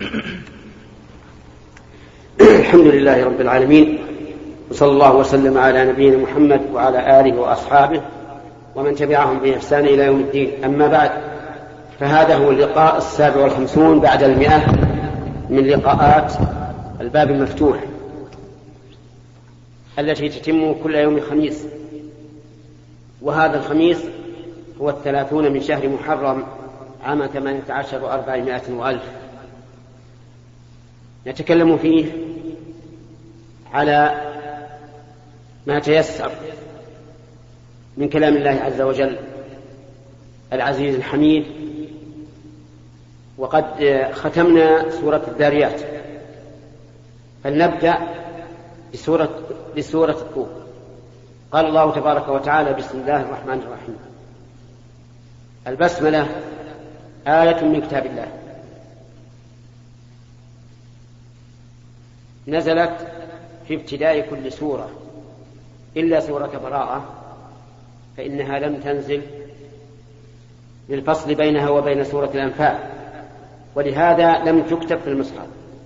الحمد لله رب العالمين، وصلى الله وسلم على نبينا محمد وعلى آله وأصحابه ومن تبعهم بإحسان إلى يوم الدين. أما بعد، فهذا هو اللقاء 57 بعد 100 من لقاءات الباب المفتوح التي تتم كل يوم خميس، وهذا الخميس هو 30 من شهر محرم عام 18 و400 وألف. نتكلم فيه على ما تيسر من كلام الله عز وجل العزيز الحميد، وقد ختمنا سورة الذاريات، فلنبدأ بسورة الطور. قال الله تبارك وتعالى: بسم الله الرحمن الرحيم. البسملة آية من كتاب الله، نزلت في ابتداء كل سورة إلا سورة براءة، فإنها لم تنزل للفصل بينها وبين سورة الأنفال، ولهذا لم تكتب في المصحف،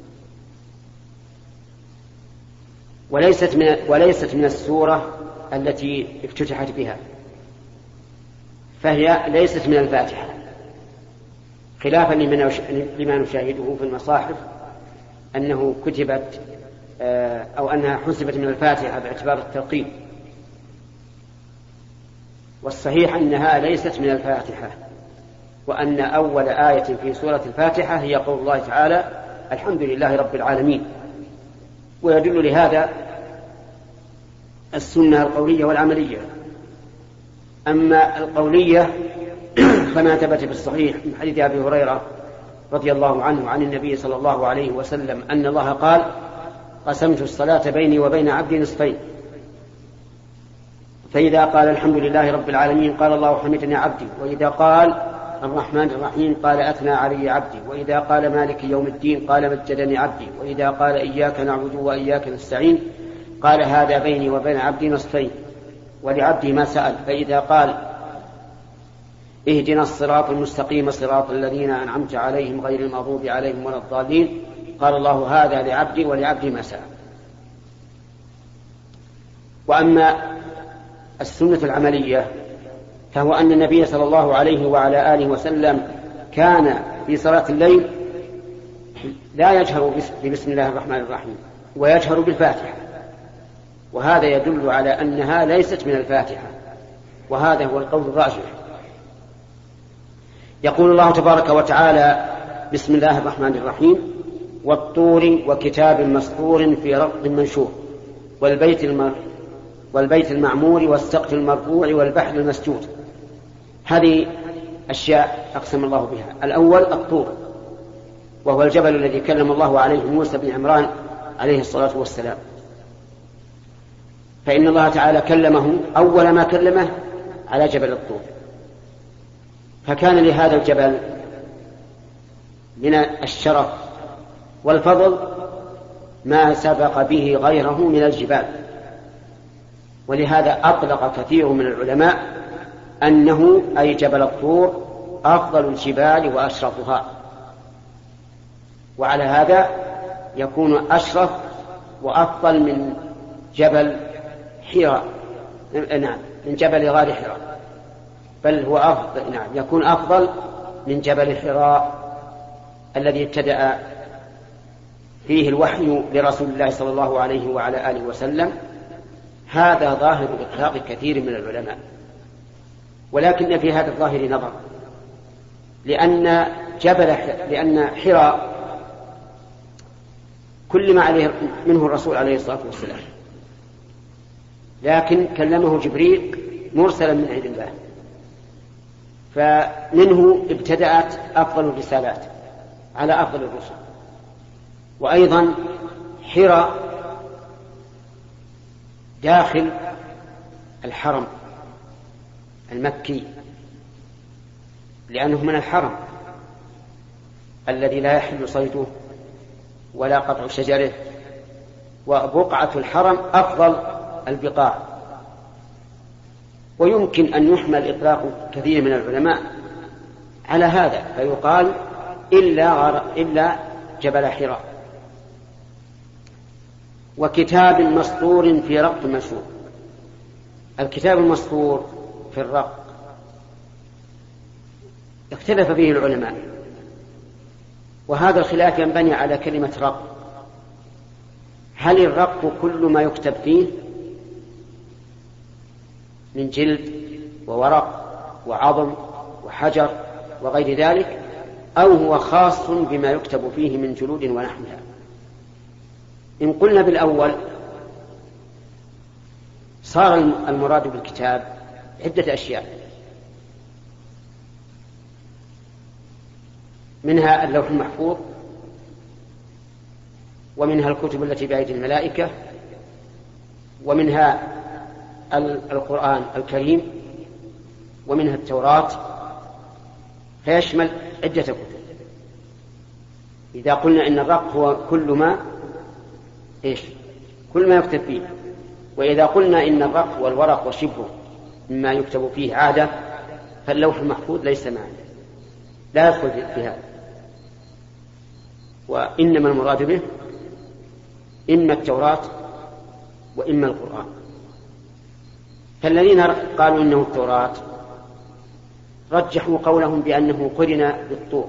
وليست من السورة التي افتتحت بها، فهي ليست من الفاتحة، خلافا لما نشاهده في المصاحف أنه كتبت أو أنها حسبت من الفاتحة باعتبار التلقين. والصحيح أنها ليست من الفاتحة، وأن أول آية في سورة الفاتحة هي قول الله تعالى: الحمد لله رب العالمين. ويدل لهذا السنة القولية والعملية. أما القولية فما ثبت في الصحيح من حديث أبي هريرة رضي الله عنه عن النبي صلى الله عليه وسلم أن الله قال: قسمت الصلاة بيني وبين عبدي نصفين، فإذا قال الحمد لله رب العالمين قال: الله حمدني عبدي، وإذا قال الرحمن الرحيم قال: أثنى علي عبدي، وإذا قال مالك يوم الدين قال: مجدني عبدي، وإذا قال إياك نعبد وإياك نستعين قال: هذا بيني وبين عبدي نصفين، ولعبدي ما سأل. فإذا قال: اهدنا الصراط المستقيم صراط الذين أنعمت عليهم غير المغضوب عليهم ولا الضالين قال الله: هذا لعبدي ولعبدي ما سأل. وأما السنة العملية فهو أن النبي صلى الله عليه وعلى آله وسلم كان في صلاة الليل لا يجهر بسم الله الرحمن الرحيم، ويجهر بالفاتحة، وهذا يدل على أنها ليست من الفاتحة، وهذا هو القول الراجح. يقول الله تبارك وتعالى: بسم الله الرحمن الرحيم، والطور وكتاب مسطور في رق منشور، والبيت المعمور والسقف المرفوع والبحر المسجود. هذه أشياء أقسم الله بها. الأول الطور، وهو الجبل الذي كلم الله عليه موسى بن عمران عليه الصلاة والسلام، فإن الله تعالى كلمه أول ما كلمه على جبل الطور، فكان لهذا الجبل من الشرف والفضل ما سبق به غيره من الجبال، ولهذا أطلق كثير من العلماء أنه أي جبل الطور أفضل الجبال وأشرفها، وعلى هذا يكون أشرف وأفضل من جبل حراء، من جبل غار حراء، بل هو أفضل، يكون أفضل من جبل حراء الذي ابتدأ فيه الوحي لرسول الله صلى الله عليه وعلى آله وسلم. هذا ظاهر إطلاق كثير من العلماء، ولكن في هذا الظاهر نظر، لأن حراء كل ما عليه منه الرسول عليه الصلاة والسلام، لكن كلمه جبريل مرسلا من عند الله، فمنه ابتدأت أفضل الرسالات على أفضل الرسل. وأيضا حراء داخل الحرم المكي، لأنه من الحرم الذي لا يحل صيده ولا قطع شجره، وبقعة الحرم أفضل البقاع. ويمكن أن يحمل إطلاق كثير من العلماء على هذا، فيقال إلا جبل حراء. وكتاب مسطور في رق منشور. الكتاب المسطور في الرق اختلف فيه العلماء، وهذا الخلاف ينبني على كلمة رق. هل الرق كل ما يكتب فيه من جلد وورق وعظم وحجر وغير ذلك، أو هو خاص بما يكتب فيه من جلود ونحوها؟ إن قلنا بالأول صار المراد بالكتاب عدة أشياء، منها اللوح المحفوظ، ومنها الكتب التي بأيدي الملائكة، ومنها القرآن الكريم، ومنها التوراة، فيشمل عدة كتب. إذا قلنا إن الرق هو كل ما كل ما يكتب فيه، وإذا قلنا إن الرق والورق وشبهه مما يكتب فيه عادة، فاللوح المحفوظ ليس معنا، لا يدخل في هذا، وإنما المراد به إما التوراة وإما القرآن. فالذين قالوا إنه التوراة رجحوا قولهم بأنه قرن بالطور،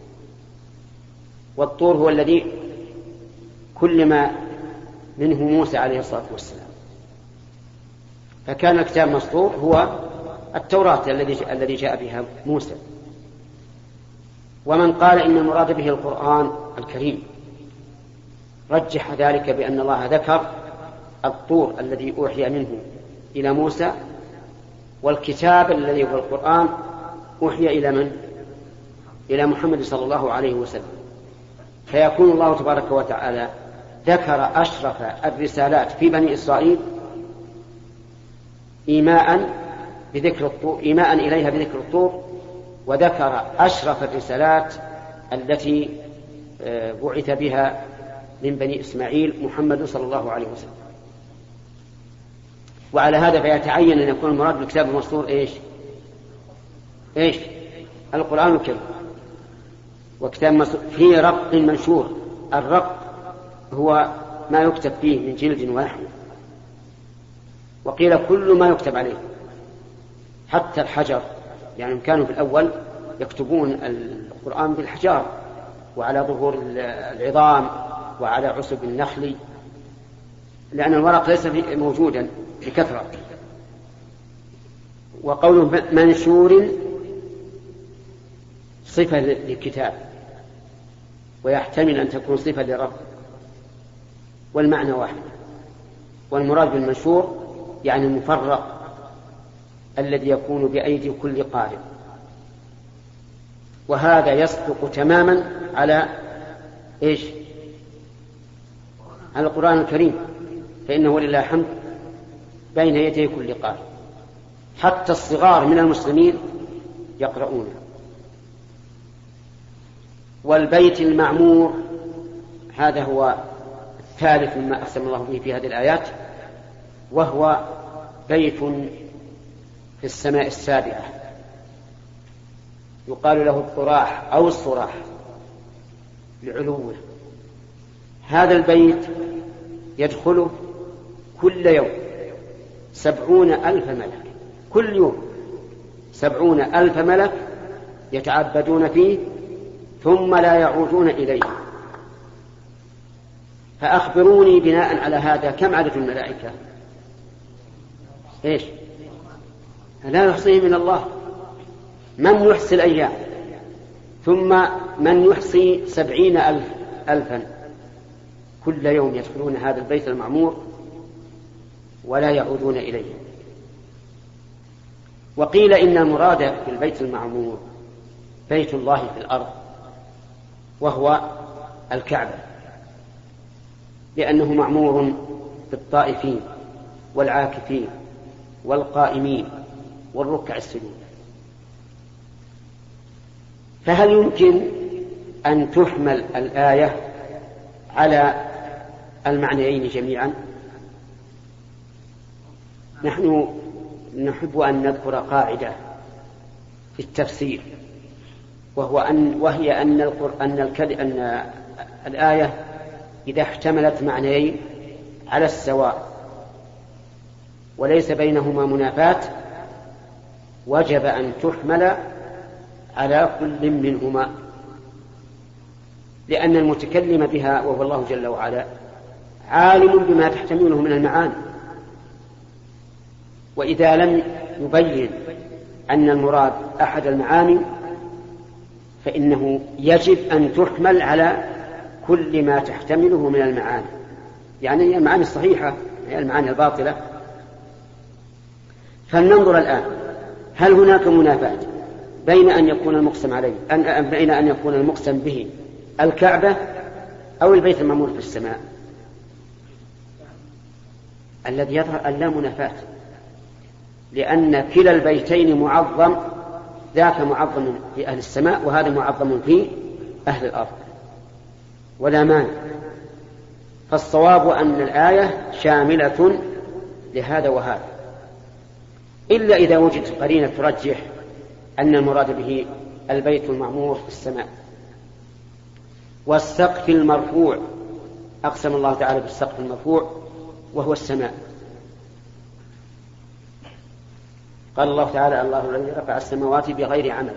والطور هو الذي كلم منه موسى عليه الصلاة والسلام، فكان الكتاب مسطور هو التوراة الذي جاء بها موسى. ومن قال إن المراد به القرآن الكريم رجح ذلك بأن الله ذكر الطور الذي أوحي منه إلى موسى، والكتاب الذي هو القرآن أوحي إلى من؟ إلى محمد صلى الله عليه وسلم. فيكون الله تبارك وتعالى ذكر أشرف الرسالات في بني إسرائيل إيماء إليها بذكر الطور، وذكر أشرف الرسالات التي بعث بها من بني إسماعيل محمد صلى الله عليه وسلم. وعلى هذا فيتعين أن يكون المراد بالكتاب المسطور إيش؟ القرآن الكريم. وكتاب مسطور فيه رق منشور. الرق هو ما يكتب فيه من جلد ونحوه، وقيل كل ما يكتب عليه حتى الحجر، يعني كانوا في الأول يكتبون القرآن بالحجار وعلى ظهور العظام وعلى عصب النخل، لأن الورق ليس موجودا بكثرة. وقوله منشور صفة للكتاب، ويحتمل أن تكون صفة لرب، والمعنى واحد. والمراد بالمنشور يعني المفرق الذي يكون بأيدي كل قارئ. وهذا يصدق تماما على على القرآن الكريم، فإنه لله الحمد بين يدي كل قارئ، حتى الصغار من المسلمين يقرؤونه. والبيت المعمور هذا هو الثالث مما أقسم الله به في هذه الآيات، وهو بيت في السماء السابعة يقال له الطراح أو الصراح لعلوه. هذا البيت يدخله كل يوم 70,000 ملك، كل يوم 70,000 ملك يتعبدون فيه ثم لا يعودون إليه. فأخبروني بناء على هذا كم عدد الملائكة؟ لا يحصيه من الله. من يحصي الأيام؟ ثم من يحصي 70,000 كل يوم يدخلون هذا البيت المعمور ولا يعودون إليه. وقيل إن المراد بالبيت المعمور بيت الله في الأرض، وهو الكعبة، لأنه معمور بالطائفين والعاكفين والقائمين والركع السجود. فهل يمكن أن تحمل الآية على المعنيين جميعا؟ نحن نحب أن نذكر قاعدة في التفسير، وهي أن الآية إذا احتملت معنيين على السواء وليس بينهما منافاة وجب أن تحمل على كل منهما، لأن المتكلم بها وهو الله جل وعلا عالم بما تحتمله من المعاني، وإذا لم يبين أن المراد أحد المعاني فإنه يجب أن تحمل على كل ما تحتمله من المعاني، يعني المعاني الصحيحة هي المعاني الباطلة. فلننظر الآن هل هناك منافاة بين أن يكون المقسم عليه بين أن يكون المقسم به الكعبة أو البيت المعمور في السماء؟ الذي يظهر أن لا منافاة، لأن كلا البيتين معظم، ذاك معظم في أهل السماء وهذا معظم في أهل الأرض ولا مانع. فالصواب أن الآية شاملة لهذا وهذا، إلا إذا وجدت قرينة ترجح أن المراد به البيت المعمور في السماء. والسقف المرفوع أقسم الله تعالى بالسقف المرفوع وهو السماء. قال الله تعالى: الله الذي رفع السماوات بغير عمد.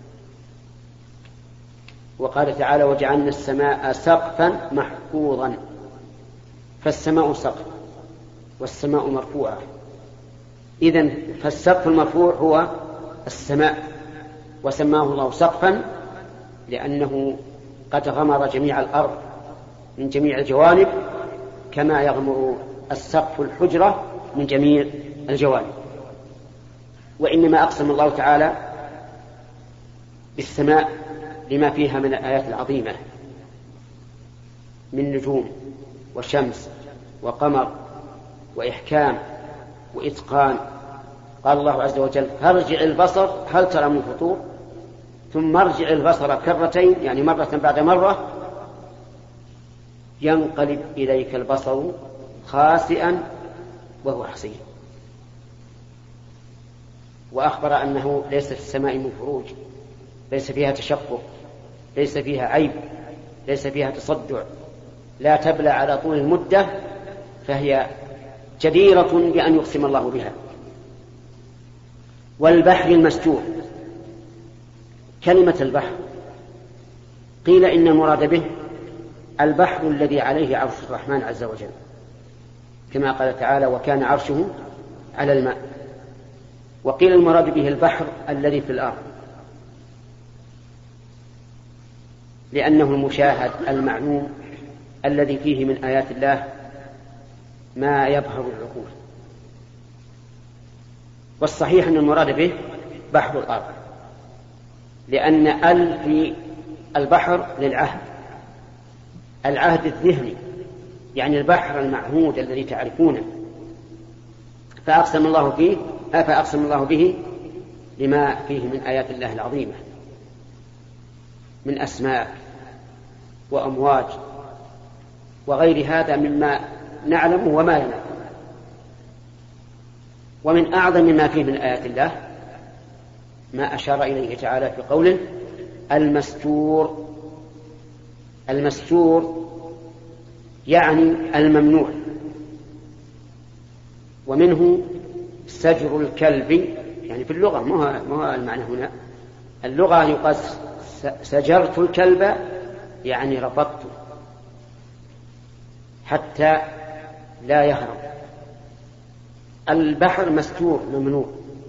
وقال تعالى: وجعلنا السماء سقفا محفوظا. فالسماء سقف والسماء مرفوعة، إذن فالسقف المرفوع هو السماء، وسماه الله سقفا لأنه قد غمر جميع الأرض من جميع الجوانب كما يغمر السقف الحجرة من جميع الجوانب. وإنما أقسم الله تعالى بالسماء لما فيها من الآيات العظيمة من نجوم وشمس وقمر وإحكام وإتقان. قال الله عز وجل: فارجع البصر هل ترى من فطور ثم ارجع البصر كرتين، يعني مرة بعد مرة، ينقلب إليك البصر خاسئا وهو حسير. وأخبر أنه ليس في السماء من فروج، ليس فيها تشقق، ليس فيها عيب، ليس فيها تصدع، لا تبلى على طول المدة، فهي جديرة بأن يقسم الله بها. والبحر المسجور، كلمة البحر قيل إن المراد به البحر الذي عليه عرش الرحمن عز وجل، كما قال تعالى: وكان عرشه على الماء. وقيل المراد به البحر الذي في الأرض، لأنه المشاهد المعلوم الذي فيه من آيات الله ما يبهر العقول. والصحيح أن المراد به بحر الأرض، لأن في البحر للعهد، العهد الذهني، يعني البحر المعهود الذي تعرفونه. فأقسم الله به لما فيه من آيات الله العظيمة من أسماء وأمواج وغير هذا مما نعلم وما ينام. ومن أعظم ما فيه من آيات الله ما أشار إليه تعالى في قوله: المستور. المستور يعني الممنوع، ومنه سجر الكلب، يعني في اللغة ما هو المعنى هنا. اللغة يقال سجرت الكلب يعني ربطته حتى لا يهرب. البحر مستور ممنوع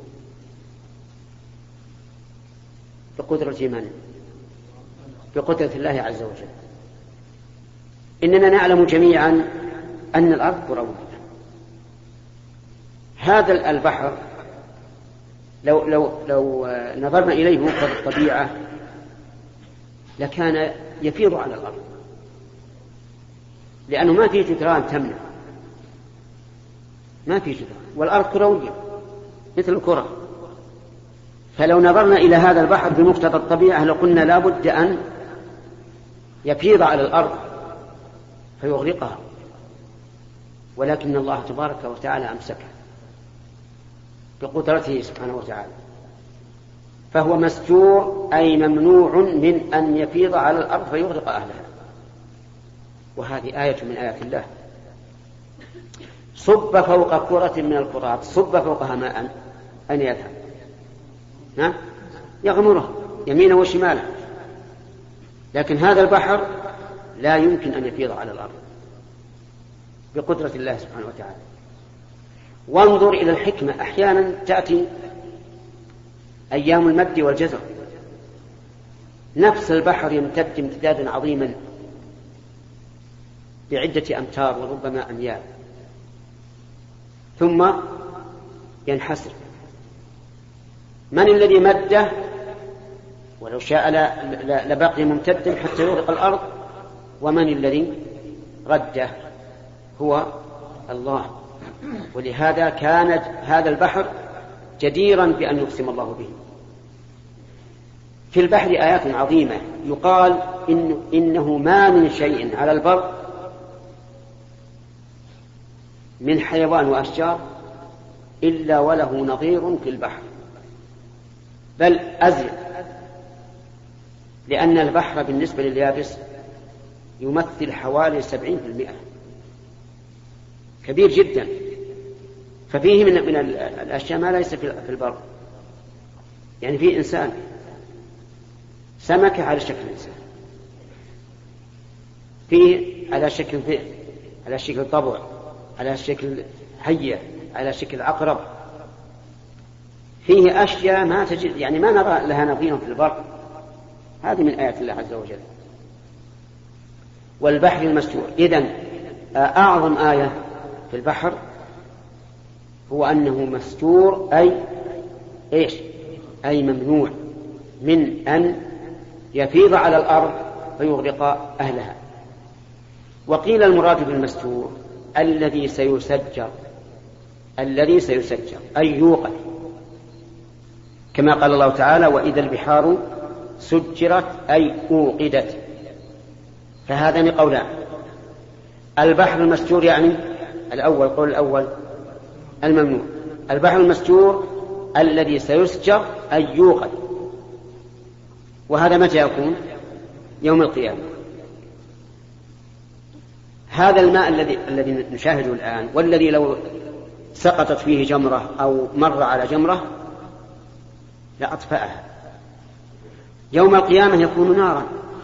بقدرة من؟ بقدرة الله عز وجل. إننا نعلم جميعا أن الأرض كروية. هذا البحر لو نظرنا إليه وفق الطبيعة لكان يفيض على الأرض، لأنه ما فيه جدران تمنع، ما فيه جدران، والأرض كروية مثل الكرة. فلو نظرنا إلى هذا البحر بمقتضى الطبيعة لقلنا لا بد أن يفيض على الأرض فيغرقها، ولكن الله تبارك وتعالى أمسكه بقدرته سبحانه وتعالى. فهو مستور أي ممنوع من أن يفيض على الأرض فيغرق أهلها. وهذه آية من آيات الله. صب فوق كرة من الكرات، صب فوقها ماء، أن يذهب يغمره يمينه وشماله. لكن هذا البحر لا يمكن أن يفيض على الأرض بقدرة الله سبحانه وتعالى. وانظر إلى الحكمة، أحيانا تأتي أيام المد والجزر، نفس البحر يمتد امتدادا عظيما بعدة أمتار وربما أميال، ثم ينحسر. من الذي مده؟ ولو شاء لبقي ممتدا حتى يغرق الأرض. ومن الذي رده؟ هو الله. ولهذا كان هذا البحر جديرا بأن يقسم الله به. في البحر آيات عظيمة، يقال إنه ما من شيء على البر من حيوان وأشجار إلا وله نظير في البحر، بل أزيد، لأن البحر بالنسبة لليابس يمثل حوالي 70%، كبير جدا. ففيه من الأشياء ما ليس في البر، يعني فيه إنسان، سمكة على شكل إنسان، فيه على شكل ذئب، على شكل طبع، على شكل حية، على شكل عقرب. فيه أشياء ما تجد، يعني ما نرى لها نظير في البر. هذه من آيات الله عز وجل. والبحر المسجور. إذن أعظم آية في البحر هو أنه مستور، أي ممنوع من أن يفيض على الأرض فيغرق أهلها. وقيل المراد بالمستور الذي سيسجر، أي يوقد، كما قال الله تعالى: وإذا البحار سجرت أي أوقدت. فهذان قولان. البحر المسجور يعني الأول، قول الأول الممنوع. البحر المسجور الذي سيسجر أي يوقد. وهذا متى يكون؟ يوم القيامة. هذا الماء الذي نشاهده الآن، والذي لو سقطت فيه جمرة أو مر على جمرة لأطفأها، يوم القيامة يكون نارا،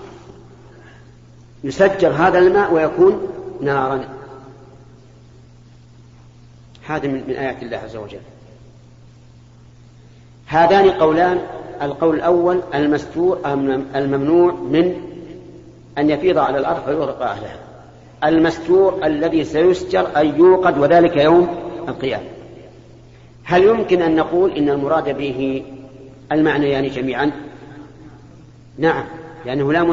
يسجر هذا الماء ويكون نارا. هذا من آيات الله عز وجل. هذان قولان. القول الأول المستور الممنوع من أن يفيض على الأرض فيغرق أهلها. المستور الذي سيسجر أي يوقد، وذلك يوم القيامة. هل يمكن أن نقول إن المراد به المعنيان جميعا؟ نعم، لأنه لا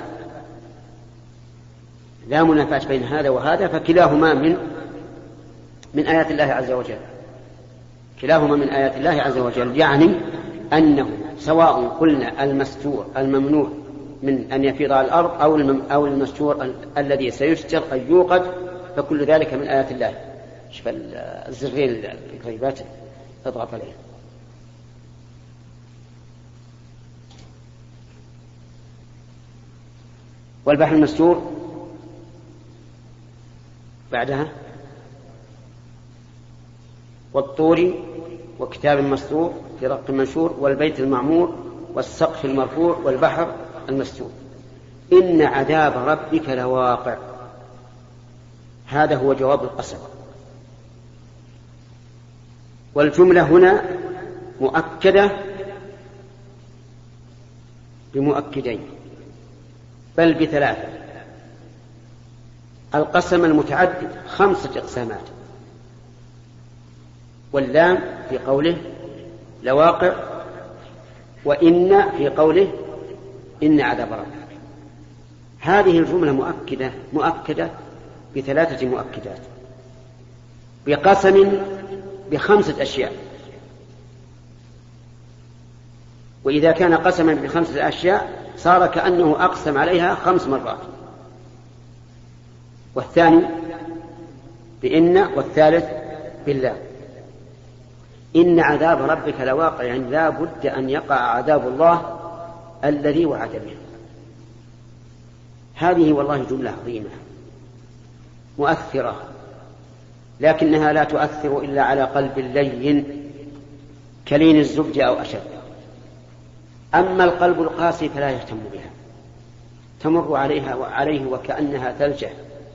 منافاة بين هذا وهذا، فكلاهما من آيات الله عز وجل. كلاهما من آيات الله عز وجل، يعني أنه سواء قلنا المستور الممنوع من أن يفيض على الأرض أو المستور الذي سيستر أن يوقد، فكل ذلك من آيات الله. شوف الزرين القريبات تضغط عليه. والبحر المستور بعدها والطور وكتاب مسطور في رق منشور والبيت المعمور والسقف المرفوع والبحر المسجور. إن عذاب ربك لواقع. هذا هو جواب القسم. والجملة هنا مؤكدة بمؤكدين، بل بثلاثة. القسم المتعدد 5 إقسامات، واللام في قوله لواقع، وإن في قوله إن عذاب ربك. هذه الجملة مؤكدة ب3 مؤكدات، بقسم ب5 أشياء. وإذا كان قسما ب5 أشياء صار كأنه أقسم عليها 5 مرات، والثاني بإن والثالث بالله. إن عذاب ربك لواقع، يعني لا بد أن يقع عذاب الله الذي وعد به. هذه والله جملة عظيمة مؤثرة، لكنها لا تؤثر إلا على قلب لين كلين الزبد أو أشد. أما القلب القاسي فلا يهتم بها، تمر عليه وكأنها ثلجة.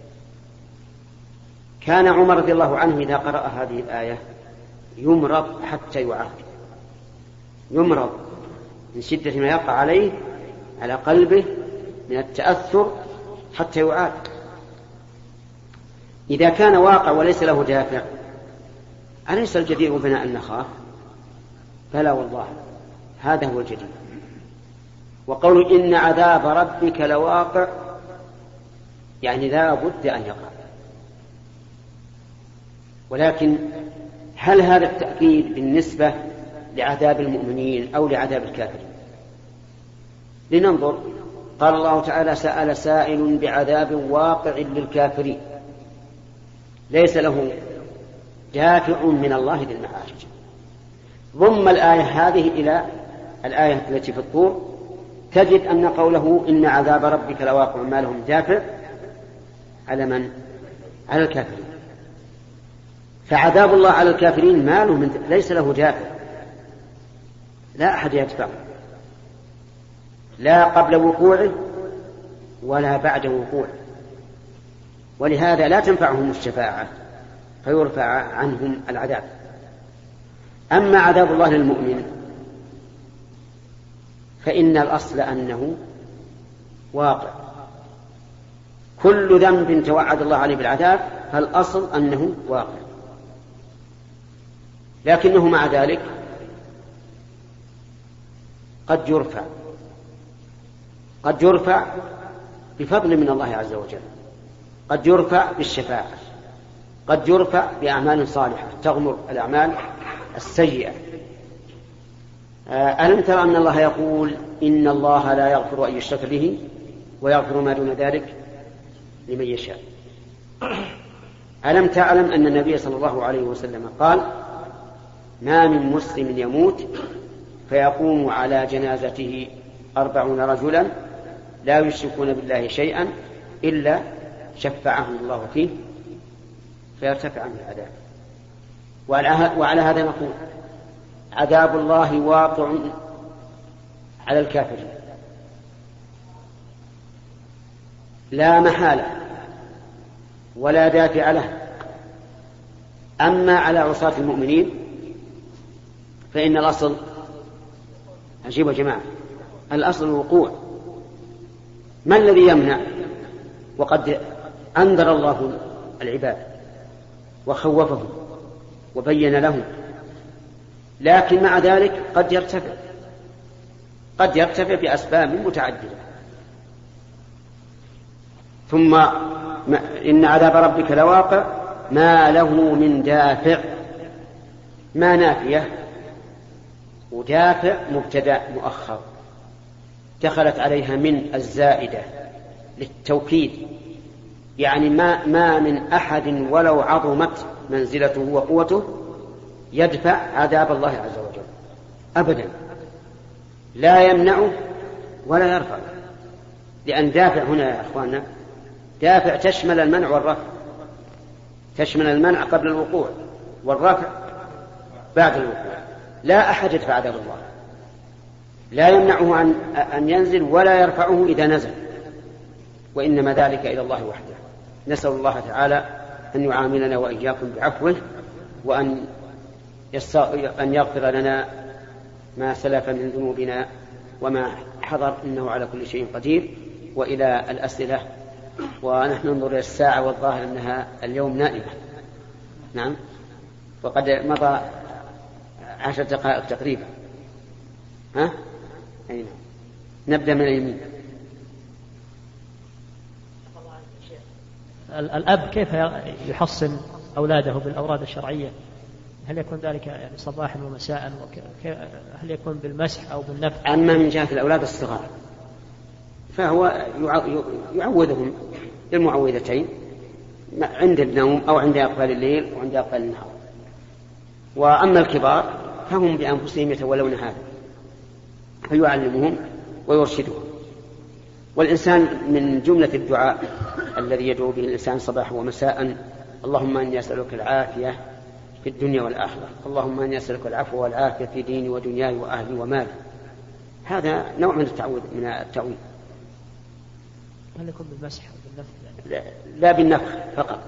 كان عمر رضي الله عنه إذا قرأ هذه الآية يمرض حتى يعاق، يمرض من شدة ما يقع عليه على قلبه من التأثر حتى يعاق. إذا كان واقع وليس له دافع، أليس الجدير بنا أن نخاف؟ فلا والله، هذا هو الجدير. وقول إن عذاب ربك لواقع يعني لا بد أن يقع. ولكن هل هذا التأكيد بالنسبة لعذاب المؤمنين أو لعذاب الكافرين؟ لننظر. قال الله تعالى: سأل سائل بعذاب واقع للكافرين ليس له دافع من الله ذي المعارج. ضم الآية هذه إلى الآية التي في الطور، تجد أن قوله إن عذاب ربك لواقع ما لهم دافع على من؟ على الكافرين. فعذاب الله على الكافرين ما له ليس له دافع، لا أحد يدفعه، لا قبل وقوعه ولا بعد وقوعه، ولهذا لا تنفعهم الشفاعة فيرفع عنهم العذاب. أما عذاب الله للمؤمن فإن الأصل أنه واقع. كل ذنب توعد الله عليه بالعذاب فالأصل أنه واقع، لكنه مع ذلك قد يرفع بفضل من الله عز وجل، قد يرفع بالشفاعة، قد يرفع بأعمال صالحة تغمر الأعمال السيئة. ألم ترى أن الله يقول إن الله لا يغفر أن يشرك به ويغفر ما دون ذلك لمن يشاء؟ ألم تعلم أن النبي صلى الله عليه وسلم قال: ما من مسلم يموت فيقوم على جنازته 40 رجلا لا يشركون بالله شيئا إلا شفعهم الله فيه فيرتفع عنه العذاب. وعلى هذا نقول عذاب الله واقع على الكافرين لا محالة ولا دافع له. أما على عصاة المؤمنين فإن الأصل، عجيب يا جماعة، الأصل الوقوع. ما الذي يمنع؟ وقد أنذر الله العباد وخوفهم وبين لهم، لكن مع ذلك قد يرتفع بأسباب متعددة. ثم إن عذاب ربك لواقع ما له من دافع، ما نافية ودافع مبتدأ مؤخر دخلت عليها من الزائدة للتوكيد، يعني ما من أحد ولو عظمت منزلته وقوته يدفع عذاب الله عز وجل أبدا، لا يمنعه ولا يرفع. لأن دافع هنا يا أخواننا دافع تشمل المنع والرفع، تشمل المنع قبل الوقوع والرفع بعد الوقوع. لا أحد يدفع عذاب الله، لا يمنعه أن ينزل ولا يرفعه إذا نزل، وإنما ذلك إلى الله وحده. نسأل الله تعالى أن يعاملنا وإياكم بعفوه، وأن يغفر لنا ما سلف من ذنوبنا وما حضر، إنه على كل شيء قدير. وإلى الأسئلة، ونحن ننظر إلى الساعة والظاهر أنها اليوم نائمة. نعم، وقد مضى 10 دقائق تقريبا. أين نبدأ من اليمين؟ الأب كيف يحصن أولاده بالأوراد الشرعية؟ هل يكون ذلك يعني صباحا ومساء؟ هل يكون بالمسح أو بالنفع؟ أما من جهة الأولاد الصغار فهو يعوذهم بالمعوذتين عند النوم أو عند أقبال الليل وعند أقبال النهار، وأما الكبار فهم بأنفسهم يتولون هذا فيعلمهم ويرشدهم. والإنسان من جملة الدعاء الذي يدعو به الإنسان صباحا ومساء: اللهم إني أسألك العافية في الدنيا والآخرة، اللهم إني أسألك العفو والعافية في ديني ودنياي وأهلي ومالي. هذا نوع من التعويذ. هل يكون بالمسح أو بالنفخ؟ لا بالنفخ فقط.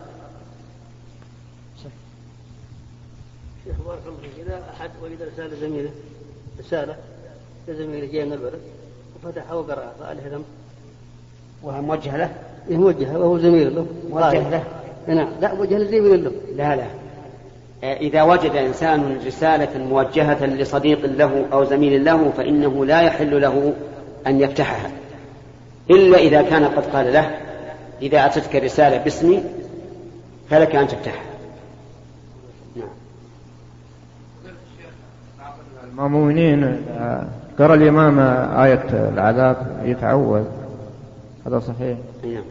شيخ بارك الله فيك، إذا أحد وجد رسالة لزميله جاء من البلد وفتحها وقرأها فهل ذنب؟ وهي موجهة له؟ موجهة وهو زميل له. موجهة له؟ نعم، لا موجهة لزميل له. لا إذا وجد إنسان رسالة موجهة لصديق له أو زميل له فإنه لا يحل له أن يفتحها إلا إذا كان قد قال له: إذا أتتك رسالة باسمي فلك أن تفتحها. نعم. المؤمنين قرأ الإمام آية العذاب يتعوذ، هذا صحيح؟ نعم.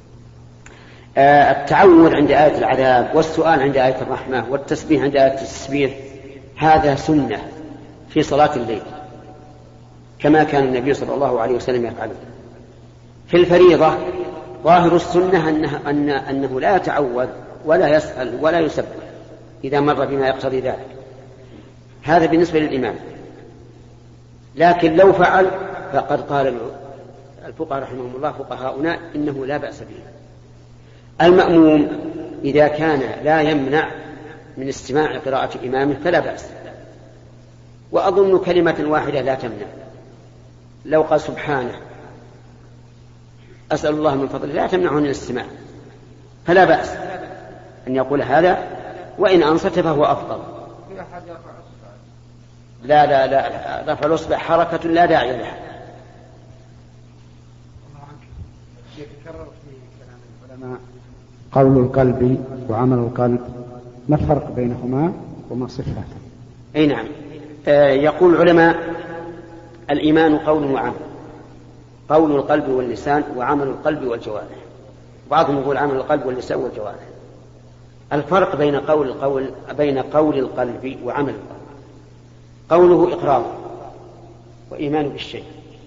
التعوذ عند آية العذاب والسؤال عند آية الرحمة والتسبيح عند آية التسبيح هذا سنة في صلاة الليل كما كان النبي صلى الله عليه وسلم يفعله. في الفريضة ظاهر السنة أنه لا يتعوذ ولا يسأل ولا يسبح إذا مر بما يقتضي ذلك. هذا بالنسبة للإمام. لكن لو فعل فقد قال الفقهاء رحمهم الله فقهاؤنا إنه لا بأس به. المأموم إذا كان لا يمنع من استماع قراءة إمامه فلا بأس. وأظن كلمة واحدة لا تمنع. لو قال سبحانه أسأل الله من فضله لا تمنعه من الاستماع، فلا بأس أن يقول هذا، وإن أنصت فهو أفضل. لا رفع الأصبع حركة لا داعي لها. يتكرر في كلام العلماء قول القلب وعمل القلب، ما الفرق بينهما وما صفاته؟ أي نعم. يقول العلماء: الإيمان قول وعمل، قول القلب واللسان وعمل القلب والجوارح. بعضهم يقول عمل القلب واللسان والجوارح. الفرق بين قول القلب وعمل القلب: قوله إقرار وإيمان بالشيء،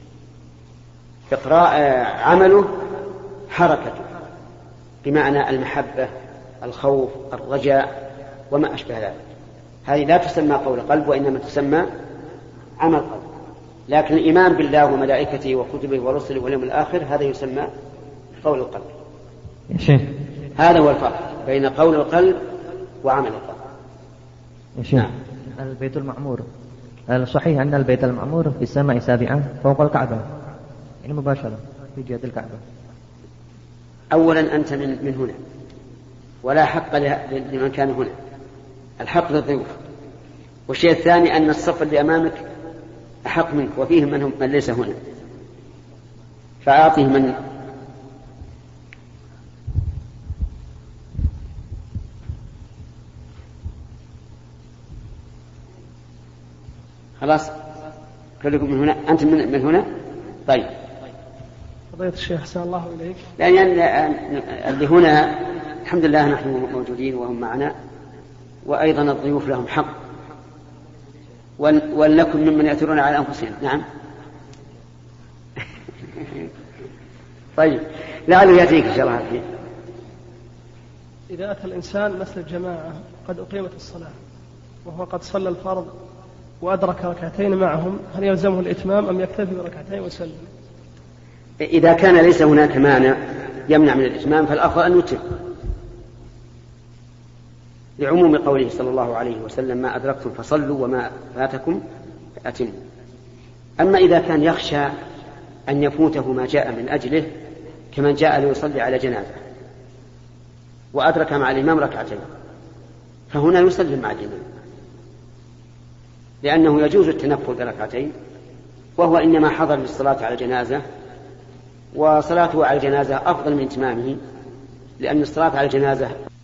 عمله حركته بمعنى المحبة الخوف الرجاء وما أشبه ذلك. هذه لا تسمى قول قلب وإنما تسمى عمل قلب. لكن الإيمان بالله وملائكته وكتبه ورسله واليوم الآخر هذا يسمى قول القلب. يا شيخ هذا هو الفرق بين قول القلب وعمل القلب. يا شيخ نعم. البيت المعمور الصحيح أن البيت المعمور في السماء سابعة فوق الكعبة، يعني مباشرة في جهة الكعبة. أولا أنت من هنا ولا حق لمن كان هنا، الحق للضيوف. والشيء الثاني أن الصف اللي أمامك أحق منك وفيهم من ليس هنا، فأعطيه من خلاص كلكم من هنا. أنت من هنا. طيب فضيلة الشيخ أحسن الله إليك. لأن اللي هنا الحمد لله نحن موجودين وهم معنا، وأيضا الضيوف لهم حق، ولنكن ممن يأثرون على أنفسهم. نعم. طيب لعله يأتيك إن شاء الله الحين. إذا أتى الإنسان مثل الجماعة قد أقيمت الصلاة وهو قد صلى الفرض وأدرك ركعتين معهم، هل يلزمه الإتمام أم يكتفي بركعتين ويسلم؟ إذا كان ليس هناك مانع يمنع من الإتمام فالأفضل أن يتم، لعموم قوله صلى الله عليه وسلم: ما أدركتم فصلوا وما فاتكم فأتموا. أما إذا كان يخشى أن يفوته ما جاء من أجله كمن جاء ليصلي على جنازة وأدرك مع الإمام ركعتين، فهنا يسلم مع الإمام، لأنه يجوز التنفل بركعتين، وهو إنما حضر للصلاة على جنازة، وصلاته على الجنازة أفضل من إتمامه، لأن الصلاة على الجنازة